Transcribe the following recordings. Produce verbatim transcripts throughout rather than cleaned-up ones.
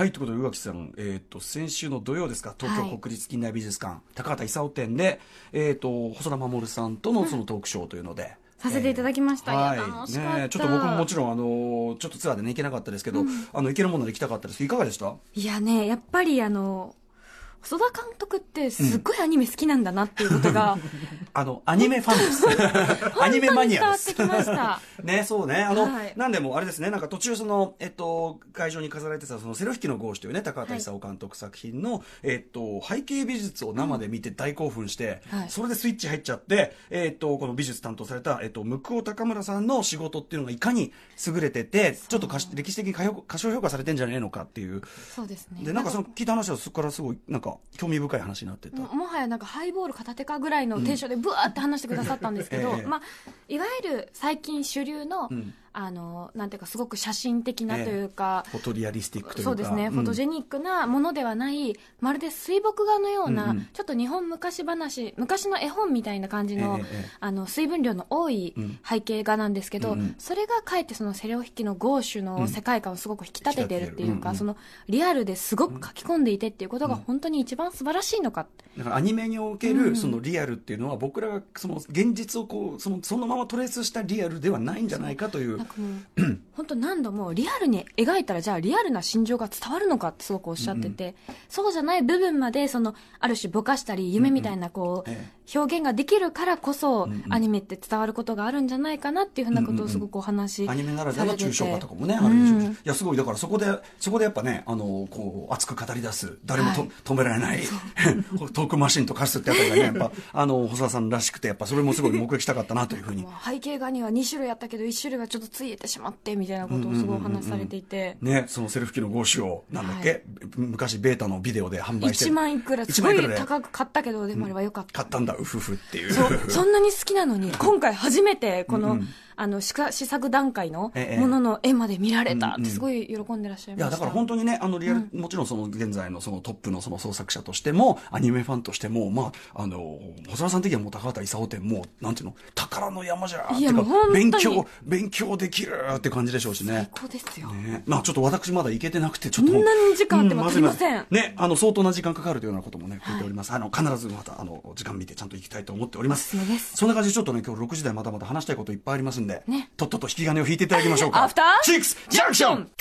はい、ということで宇垣さん、えー、と先週の土曜ですか、東京国立近代美術館、はい、高畑勲展で、えー、と細田守さんとのそのトークショーというので、うん、 させていただきました。えー、 はい、 楽しかった、 ね、ちょっと僕ももちろんあのちょっとツアーでね行けなかったですけど、うん、あの行けるもので行きたかったです。いかがでした？ いやね、やっぱりあの細田監督ってすっごいアニメ好きなんだなっていうことが、うん、 あのアニメファンですアニメマニアです。 伝わってきましたね、そうね、あの、 はい、 なんでもあれですね、なんか途中その、えっと、会場に飾られてたそのセロ弾きのゴーシュというね、高畑勲監督作品の、はい、えっと、背景美術を生で見て大興奮して、うん、それでスイッチ入っちゃって、えっと、この美術担当された、えっと、向尾高村さんの仕事っていうのがいかに優れてて、ちょっと歴史的に過小評価されてんじゃねえのかっていう。 そうですね。 で、なんかその聞いた話はそこからすごい、なんか興味深い話になってた。 も, もはやなんかハイボール片手かぐらいのテンションでブワーって話してくださったんですけど、うんええ、まあ、いわゆる最近主流の、うん、あのなんていうかすごく写真的なというか、 ええ、フォトリアリスティックというか、 そうですね、うん、フォトジェニックなものではない、まるで水墨画のような、うんうん、ちょっと日本昔話、昔の絵本みたいな感じの、ええ、あの水分量の多い背景画なんですけど、うん、それがかえってそのセレオ筆記のゴーシュの世界観をすごく引き立ててるっていうか、うん、そのリアルですごく書き込んでいてっていうことが本当に一番素晴らしいのか、 だからアニメにおけるそのリアルっていうのは、僕らがその現実をこうそのそのままトレースしたリアルではないんじゃないかという、なんかもう本当何度もリアルに描いたらじゃあリアルな心情が伝わるのかってすごくおっしゃってて、うんうん、そうじゃない部分までそのある種ぼかしたり夢みたいなこう、うんうんええ、表現ができるからこそ、うんうん、アニメって伝わることがあるんじゃないかなっていうふうなことをすごくお話しされてて、 うんうんうん、アニメならではの抽象画とかもね、あるでしょうし、うん、いやすごいだからそこでそこでやっぱね、あのこう熱く語り出す誰もと、はい、止められないトークマシンと化すってあたりがね、やっぱあの細田さんらしくて、やっぱそれもすごい目撃したかったなというふうに背景画にはに種類あったけどいち種類はちょっとついえてしまってみたいなことをすごいお話しされていて、 うんうんうんうん、ね、そのセルフ機のゴーシュをなんだっけ、はい、昔ベータのビデオで販売していちまんいくらすごい高く買ったけどでもあれはよかった、 買ったんだウフフっていう、 そ, そんなに好きなのに今回初めてこの、うんうん、あの試作段階のものの絵まで見られたってすごい喜んでらっしゃいました。いやだから本当にね、あのリアル、うん、もちろんその現在のそのトップのその創作者としてもアニメファンとしても、まああの細田さん的にはもう高畑勲展もうなんていうの宝の山じゃーっていうか、勉強勉強できるって感じでしょうしね。 最高ですよ、 ね、まあちょっと私まだ行けてなくてちょっとそんなに時間あってもすいません、 うん、ね、あの相当な時間かかるというようなこともね聞いております、はい、あの必ずまたあの時間見てちゃんと行きたいと思っております。そんな感じでちょっとね今日ろくじ台まだまだ話したいこといっぱいありますんで、ね、とっとと引き金を引いていただきましょうか。 アフターシックスジャンクション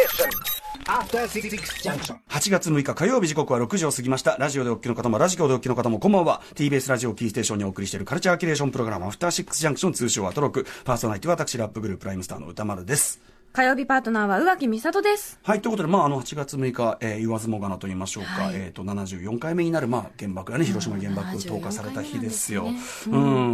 はちがつむいか火曜日、時刻はろくじを過ぎました。ラジオでお聞きの方もラジコでお聞きの方もこんばんは。 ティービーエス ラジオキーステーションにお送りしているカルチャーキュレーションプログラムアフターシックスジャンクション、通称アトロック。パーソナリティは私ラップグループライムスターの歌丸です。 火曜日パートナーは宇垣美里です。 はい、ということで、まあ、あのはちがつむいか、えー、言わずもがなと言いましょうか、はい、えー、とななじゅうよんかいめになる、まあ、原爆がね、広島原爆投下された日ですよ。うん、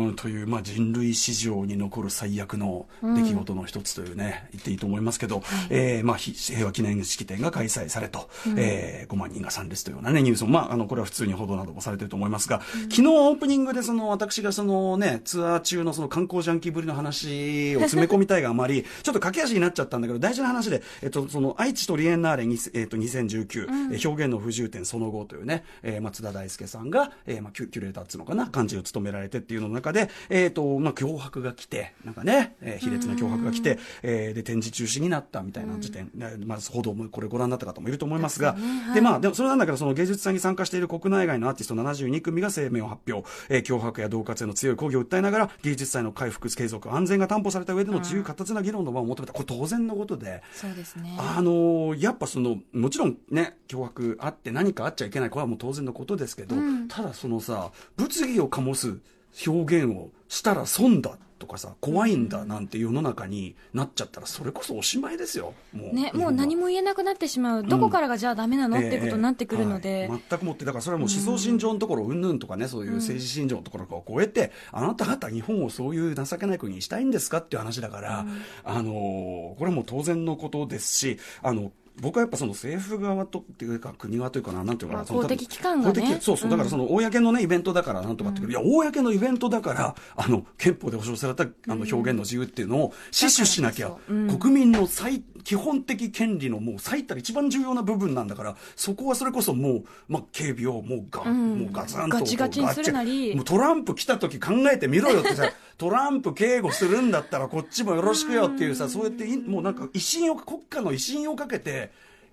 うんという、まあ、人類史上に残る最悪の出来事の一つというね、うん、言っていいと思いますけど、はい、えーまあ、平和記念式典が開催されと、うん、えー、ごまんにんが参列というような、ね、ニュースも、まあ、あのこれは普通に報道などもされていると思いますが、うん、昨日オープニングでその私がその、ね、ツアー中のその観光ジャンキーぶりの話を詰め込みたいがあまりちょっと駆け足になっちゃったんだけど、大事な話で、えっと、その愛知トリエンナーレに、えっと、にせんじゅうきゅう、うん、表現の不自由展その後というね、えー、松田大輔さんが、えーまあ、キュ、キュレーターっていうのかな、幹事を務められてっていうの中で、えっとまあ、脅迫が来てなんかね、えー、卑劣な脅迫が来て、えー、で展示中止になったみたいな時点、うんまあ、報道もこれご覧になった方もいると思いますが、で、ねはい、でまあでもそれなんだけど、その芸術祭に参加している国内外のアーティストななじゅうにくみが声明を発表、えー、脅迫や恫喝への強い抗議を訴えながら芸術祭の回復継続安全が担保された上での自由闊達な議論の場を求めた、これ当然のことで、 そうですね、 あのやっぱそのもちろんね脅迫あって何かあっちゃいけない、これはもう当然のことですけど、うん、ただそのさ物議を醸す表現をしたら損だとかさ怖いんだなんて世の中になっちゃったらそれこそおしまいですよ。もう、 ね、もう何も言えなくなってしまう、どこからがじゃあダメなの、うん、っていうことになってくるので、 えーはい、全くもって、だからそれはもう思想信条のところうんぬんとかね、そういう政治信条のところを超えて、うん、あなた方日本をそういう情けない国にしたいんですかっていう話だから、うん、あのー、これはもう当然のことですし、あの僕はやっぱその政府側とっていうか国側というかな、なんていうかな、 公的機関がね、 そうそう、だからその公のねイベントだからなんとかっていう、うん、いや公のイベントだからあの憲法で保障されたあの表現の自由っていうのを死守しなきゃ、うん、国民の最基本的権利のもう最たる一番重要な部分なんだから、そこはそれこそもう、まあ、警備をもうガ、うん、もうガツンとガチガチにするなり、 もうトランプ来た時考えてみろよってさトランプ警護するんだったらこっちもよろしくよっていうさ、そうやってもうなんか威信を国家の威信をかけて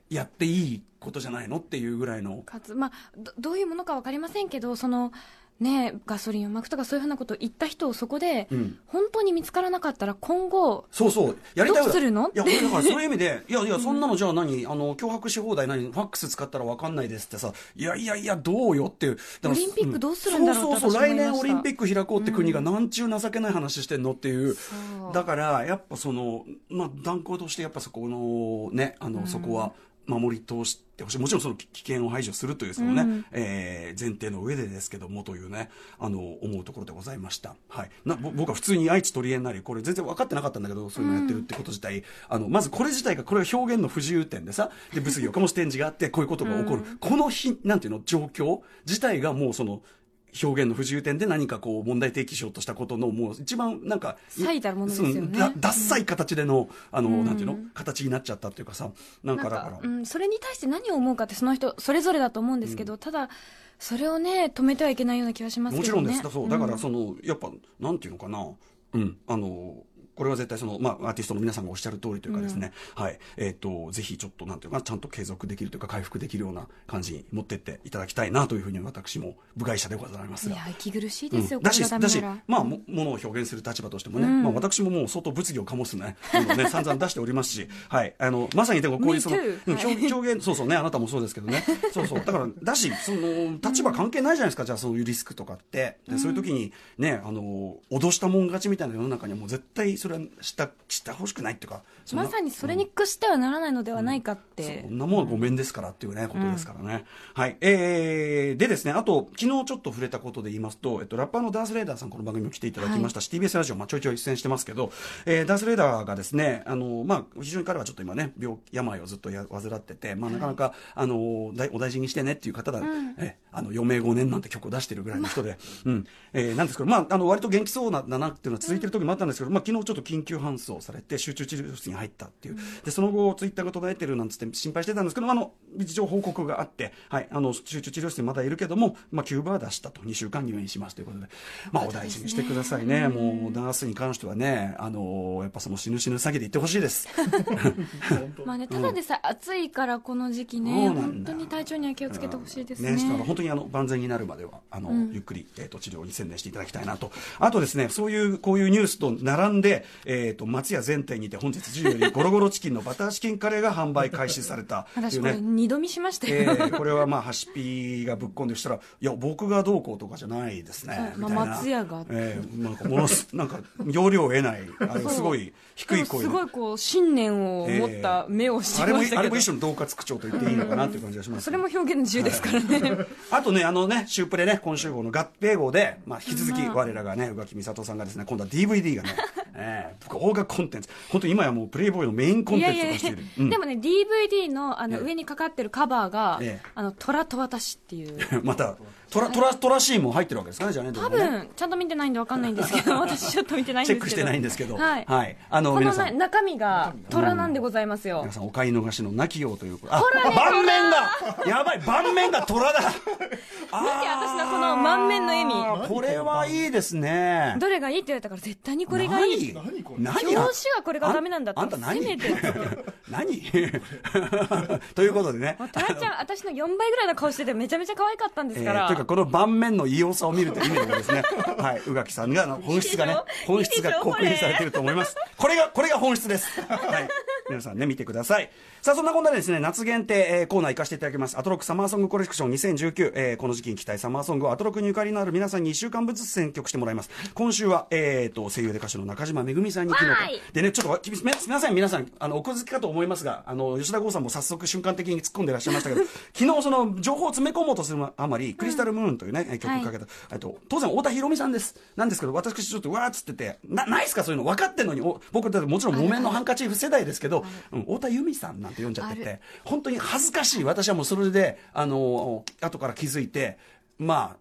やっていいことじゃないのっていうぐらいのかつ、まあ、ど, どういうものか分かりませんけど、そのね、ガソリンをまくとかそういうふうなことを言った人をそこで、うん、本当に見つからなかったら今後そうそうやりたいどうするの。 いやだからそういう意味でいやいやそんなのじゃあ何、あの脅迫し放題何ファックス使ったら分かんないですってさ、いやいやいやどうよっていう、 オリンピックどうするんだろうって、 そうそうそう来年オリンピック開こうって国がなんちゅう情けない話してんのっていう、うん、だからやっぱそのまあ断固としてやっぱそこのねあの、うん、そこは守り通してほしい。もちろんその危険を排除するというそのね、うん、えー、前提の上でですけどもというねあの思うところでございました。はい。な僕は普通に愛知トリエンナーレこれ全然分かってなかったんだけどそういうのやってるってこと自体、うん、あのまずこれ自体がこれは表現の不自由点でさで物議を醸す展示があってこういうことが起こる、うん、この日なんていうの状況自体がもうその表現の不自由点で何かこう問題提起しようとしたことのもう一番なんか最たるものですよね。 だダッサい形での、あの、うん、なんていうの形になっちゃったっていうかさなんかだから、 うん、それに対して何を思うかってその人それぞれだと思うんですけど、うん、ただそれをね止めてはいけないような気がしますけどね。 もちろんです。だそうだからその、うん、やっぱなんていうのかな、うんあのこれは絶対その、まあ、アーティストの皆さんがおっしゃる通りというかですね、うん、はい、えっと、ぜひちょっとなんていうか、ちゃんと継続できるというか、回復できるような感じに持ってっていただきたいなというふうに私も部外者でございますが。 いや、息苦しいですよ、 うん、だし、だし、まあ、 うん、 も、ものを表現する立場としてもね、うん、まあ、私ももう相当物議を醸すね、あのね、散々出しておりますし、はい、あの、まさにでもこういうその、うん、表、表現、そうそうね、あなたもそうですけどね、そうそう、だから、だし、その、立場関係ないじゃないですか、じゃあそういうリスクとかって、でそういう時にね、あの、脅したもん勝ちみたいな世の中にはもう絶対それはした、してほしくないっていうかまさにそれに屈してはならないのではないかって、 うん、そんなもんはごめんですからっていうね、うん、ことですからね、はい、えー、でですねあと昨日ちょっと触れたことで言いますと、えっと、ラッパーのダースレーダーさんこの番組に来ていただきましたし、はい、ティービーエス ラジオ、まあ、ちょいちょい出演してますけど、えー、ダースレーダーがですねあの、まあ、非常に彼はちょっと今ね病病をずっとや患ってて、まあ、なかなか、はい、あのお大事にしてねっていう方だ、うん、えあの余命ごねんなんて曲を出してるぐらいの人で、まうんえー、なんですけど、まあ、あの割と元気そうなだなっていうのは続いてる時もあったんですけど、まあ、昨日ちょっと緊急搬送されて集中治療室に入ったっていう、でその後ツイッターが途絶えてるなんつって心配してたんですけど、あの一応報告があって、はい、あの集中治療室にまだいるけども、まあ、キューバは出したとにしゅうかん入院しますということで、まあ、お大事にしてくださいね。もうダースに関してはね、あのやっぱその死ぬ死ぬ詐欺で言ってほしいですまあね、ただでさえ暑いからこの時期ね、本当に体調には気をつけてほしいですね。 ね、本当にあの万全になるまではあの、うん、ゆっくり、えー、と治療に専念していただきたいなと。あとですね、そういうこういうニュースと並んで、えー、と松屋全店にて本日じゅうよりゴロゴロチキンのバターチキンカレーが販売開始されたっていう、ね、 私これ二度見しましたよ、 えー、これはまあハシピがぶっ込んでしたら、いや僕がどうこうとかじゃないですねみたいな、 まあ、松屋が、 えー、なんかものすなんか要領を得ないあれすごい低い声ですごいこう信念を持った目をしてましたけど、えー、あれもあれも一種の恫喝口調と言っていいのかなっていう感じがします、 それも表現の自由ですからね、はい、 あとねあのねシュープレね今週号の合併号で、まあ、引き続き我らがね宇垣美里さんがですね今度は ディーブイディー がねえー、邦楽コンテンツ本当に今やもうプレイボーイのメインコンテンツとしている。いやいやいや、うん、 でもね ディーブイディー の, あの上にかかってるカバーが、ええ、あの虎と私っていうまたトラトラトラシーンも入ってるわけですかね、じゃあね。 多分ちゃんと見てないんで分かんないんですけど私ちょっと見てないんですけどチェックしてないんですけど、 はい、 はい、あのこ皆さんの中身が虎なんでございますよ。 皆さんお買い逃しのなきようということ。あ、盤面がやばい、盤面が虎だ見て私のこの満面の笑み、 これはいいですね。 どれがいいって言われたから絶対にこれがいい。 何これ表紙はこれがダメなんだって。 あんた何せめて何ということでね、 トラちゃん私のよんばいぐらいの顔しててめちゃめちゃ可愛かったんですから、 えー、というかこの盤面の異様さを見ると意味でもですねはい宇垣さんが本質がね本質が刻印されていると思います。これがこれが本質です。はい、皆さんね見てください。さあそんなこんなでですね夏限定、えー、コーナー行かせていただきます。アトロックサマーソングコレクションにせんじゅうきゅう、えー、この時期に期待サマーソングをアトロックにゆかりのある皆さんにいっしゅうかんぶんずつ選曲してもらいます。今週は、えー、と声優で歌手の中島めぐみさんに昨日でねちょっとすみません皆さんあのお気づきかと思いますが、あの吉田剛さんも早速瞬間的に突っ込んでいらっしゃいましたけど昨日その情報を詰め込もうとするあまり、うん、クリスタルムーンというね曲をかけた、はい、と当然太田裕美さんですなんですけど、私ちょっとわーっつってて な, ないっすかそういうの分かってんのに、お僕だってもちろん木綿のハンカチーフ世代ですけど、うん、太田裕美さんなんて読んじゃってて本当に恥ずかしい。私はもうそれであの後から気づいて、まあ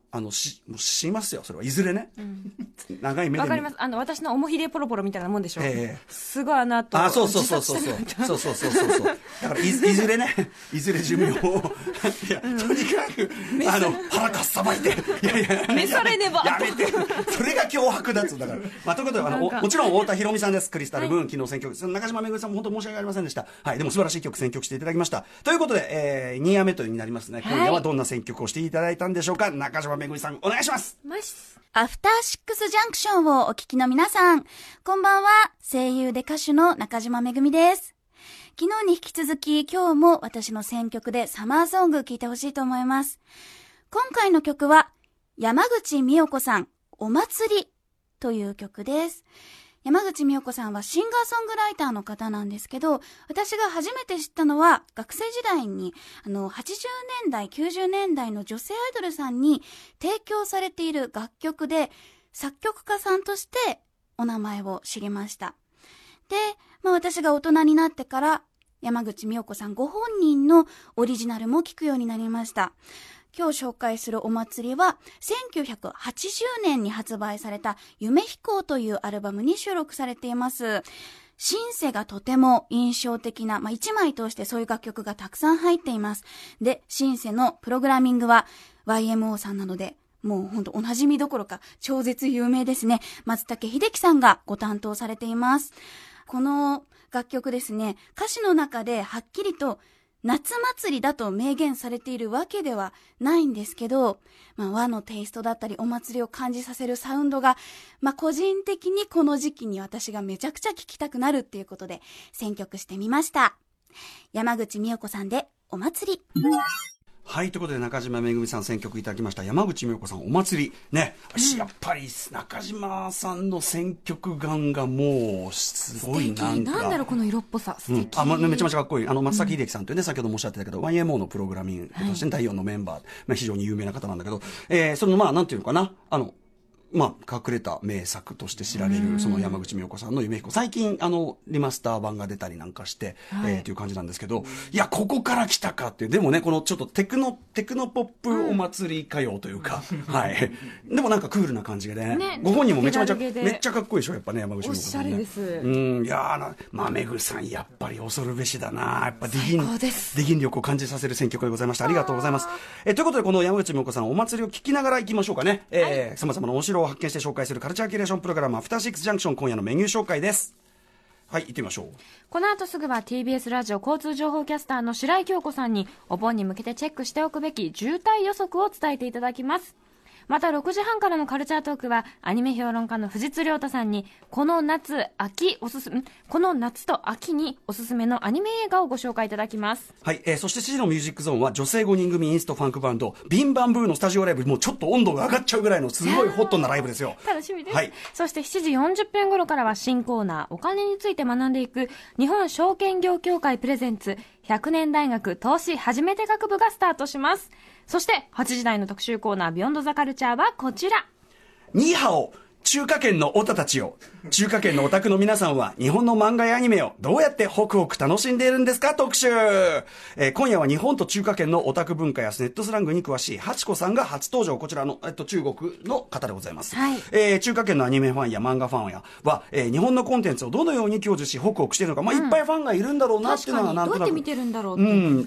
あのしもうしますよそれはいずれね、うん、長い目でわかります。あの私のおもひでポロポロみたいなもんでしょ、えー、すごいあの後あそうそうそうそうそうそうそうそうそうだからいずいずれねいずれ寿命をいや、うん、とにかくあの腹かっさばいていやいや召されねばやめてそれが脅迫だっつだから、まあ、ということであのもちろん太田裕美さんです。クリスタルムーン、はい、昨日選曲中島めぐみさんも本当申し訳ありませんでした。はい、でも素晴らしい曲選曲していただきましたということで、えー、に夜目というになりますね。今夜はどんな選曲をしていただいたんでしょうか。中島めぐみさんお願いします。 アフターシックスジャンクションをお聞きの皆さん、こんばんは。声優で歌手の中島めぐみです。昨日に引き続き今日も私の選曲でサマーソング聴いてほしいと思います。今回の曲は山口美代子さんお祭りという曲です。山口美代子さんはシンガーソングライターの方なんですけど、私が初めて知ったのは学生時代にあのはちじゅうねんだいきゅうじゅうねんだいの女性アイドルさんに提供されている楽曲で作曲家さんとしてお名前を知りました。で、まあ、私が大人になってから山口美代子さんご本人のオリジナルも聴くようになりました。今日紹介するお祭りはせんきゅうひゃくはちじゅうねんに発売された夢飛行というアルバムに収録されています。シンセがとても印象的な、まあ、一枚通してそういう楽曲がたくさん入っています。で、シンセのプログラミングは ワイエムオー さんなので、もうほんとおなじみどころか超絶有名ですね。松武秀樹さんがご担当されています。この楽曲ですね、歌詞の中ではっきりと夏祭りだと明言されているわけではないんですけど、まあ、和のテイストだったりお祭りを感じさせるサウンドが、まあ、個人的にこの時期に私がめちゃくちゃ聴きたくなるっていうことで選曲してみました。山口美代子さんでお祭り。 はい、ということで中島めぐみさん選曲いただきました山口美代子さんお祭りね、うん、やっぱり中島さんの選曲眼がもうすごいなんかなんだろうこの色っぽさ素敵、 うん、あ、ま、めちゃめちゃかっこいい。あの松崎秀樹さんというね、うん、先ほどもおっしゃってたけど ワイエムオー のプログラミングとして、ね、だいよんのメンバー、まあ、非常に有名な方なんだけど、えー、そのまあなんていうのかな、あのまあ、隠れた名作として知られるその山口美代子さんの夢彦、最近あのリマスター版が出たりなんかして、はい、えー、という感じなんですけど、いやここから来たかっていう。でもねこのちょっとテクノテクノポップお祭り歌謡というか、うん、はいでもなんかクールな感じで ね, ねご本人もめちゃめちゃめっちゃかっこいいでしょやっぱね山口美代子さんね。 おしゃれです。 うん、いやーな、まあ、めぐさんやっぱり恐るべしだな。やっぱディギンディギン力を感じさせる選曲でございました。ありがとうございます。えー、ということでこの山口美代子さんお祭りを聞きながらいきましょうかね。さまざまなお城を発見して紹介するカルチャーキュレーションプログラムアフターシックスジャンクション、今夜のメニュー紹介です。はい、行ってみましょう。 この後すぐは ティービーエス ラジオ交通情報キャスターの白井京子さんにお盆に向けてチェックしておくべき渋滞予測を伝えていただきます。またろくじはんからのカルチャートークはアニメ評論家の藤津亮太さんにこの夏秋おすすめこの夏と秋におすすめのアニメ映画をご紹介いただきます。 はい、えー、そしてしちじのミュージックゾーンは女性ごにん組インストファンクバンドビンバンブーのスタジオライブ。もうちょっと温度が上がっちゃうぐらいのすごいホットなライブですよ。 楽しみです、 はい、 そしてしちじよんじゅっぷん頃からは新コーナーお金について学んでいく日本証券業協会プレゼンツひゃくねん大学投資初めて学部がスタートします。そしてはちじ台の特集コーナービヨンドザカルチャーはこちら。 ニーハオ中華圏のオタたちよ。中華圏のオタクの皆さんは日本の漫画やアニメをどうやってホクホク楽しんでいるんですか特集、えー、今夜は日本と中華圏のオタク文化やネットスラングに詳しいハチコさんが初登場。こちらの、えっと、中国の方でございます、 はい、 えー、中華圏のアニメファンや漫画ファンやは、えー、日本のコンテンツをどのように享受しホクホクしているのか、まあ、いっぱいファンがいるんだろうなっていうのはなんとなく、 どうやって見てるんだろうって、 うん、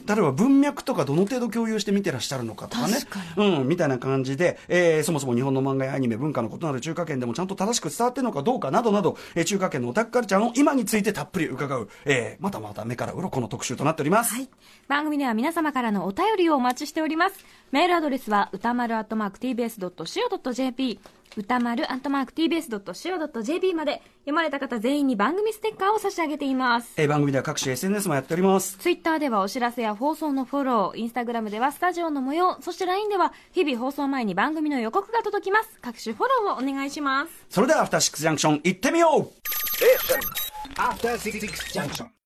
例えば文脈とかどの程度共有して見てらっしゃるのかとかね、うん、みたいな感じで、えー、そもそも日本の漫画やアニメ文化の異なる中華圏でもちゃんと正しく伝わっているのかどうかなどなど、えー、中華圏のオタクカルチャーの今についてたっぷり伺う、えー、またまた目から鱗の特集となっております、 はい、番組では皆様からのお便りをお待ちしております。メールアドレスは歌丸アットマーク ティービーエスドットシーオードットジェーピー 歌丸アットマーク ティービーエスドットシーオードットジェーピー まで読まれた方全員に番組ステッカーを差し上げています。 えー、番組では各種 エスエヌエス もやっております。 ツイッターではお知らせや放送のフォロー、インスタグラムではスタジオの模様、そして ライン では日々放送前に番組の予告が届きます。各種フォローをお願いします。 それではアフターシックスジャンクション行ってみよう。 アフターシックスジャンクション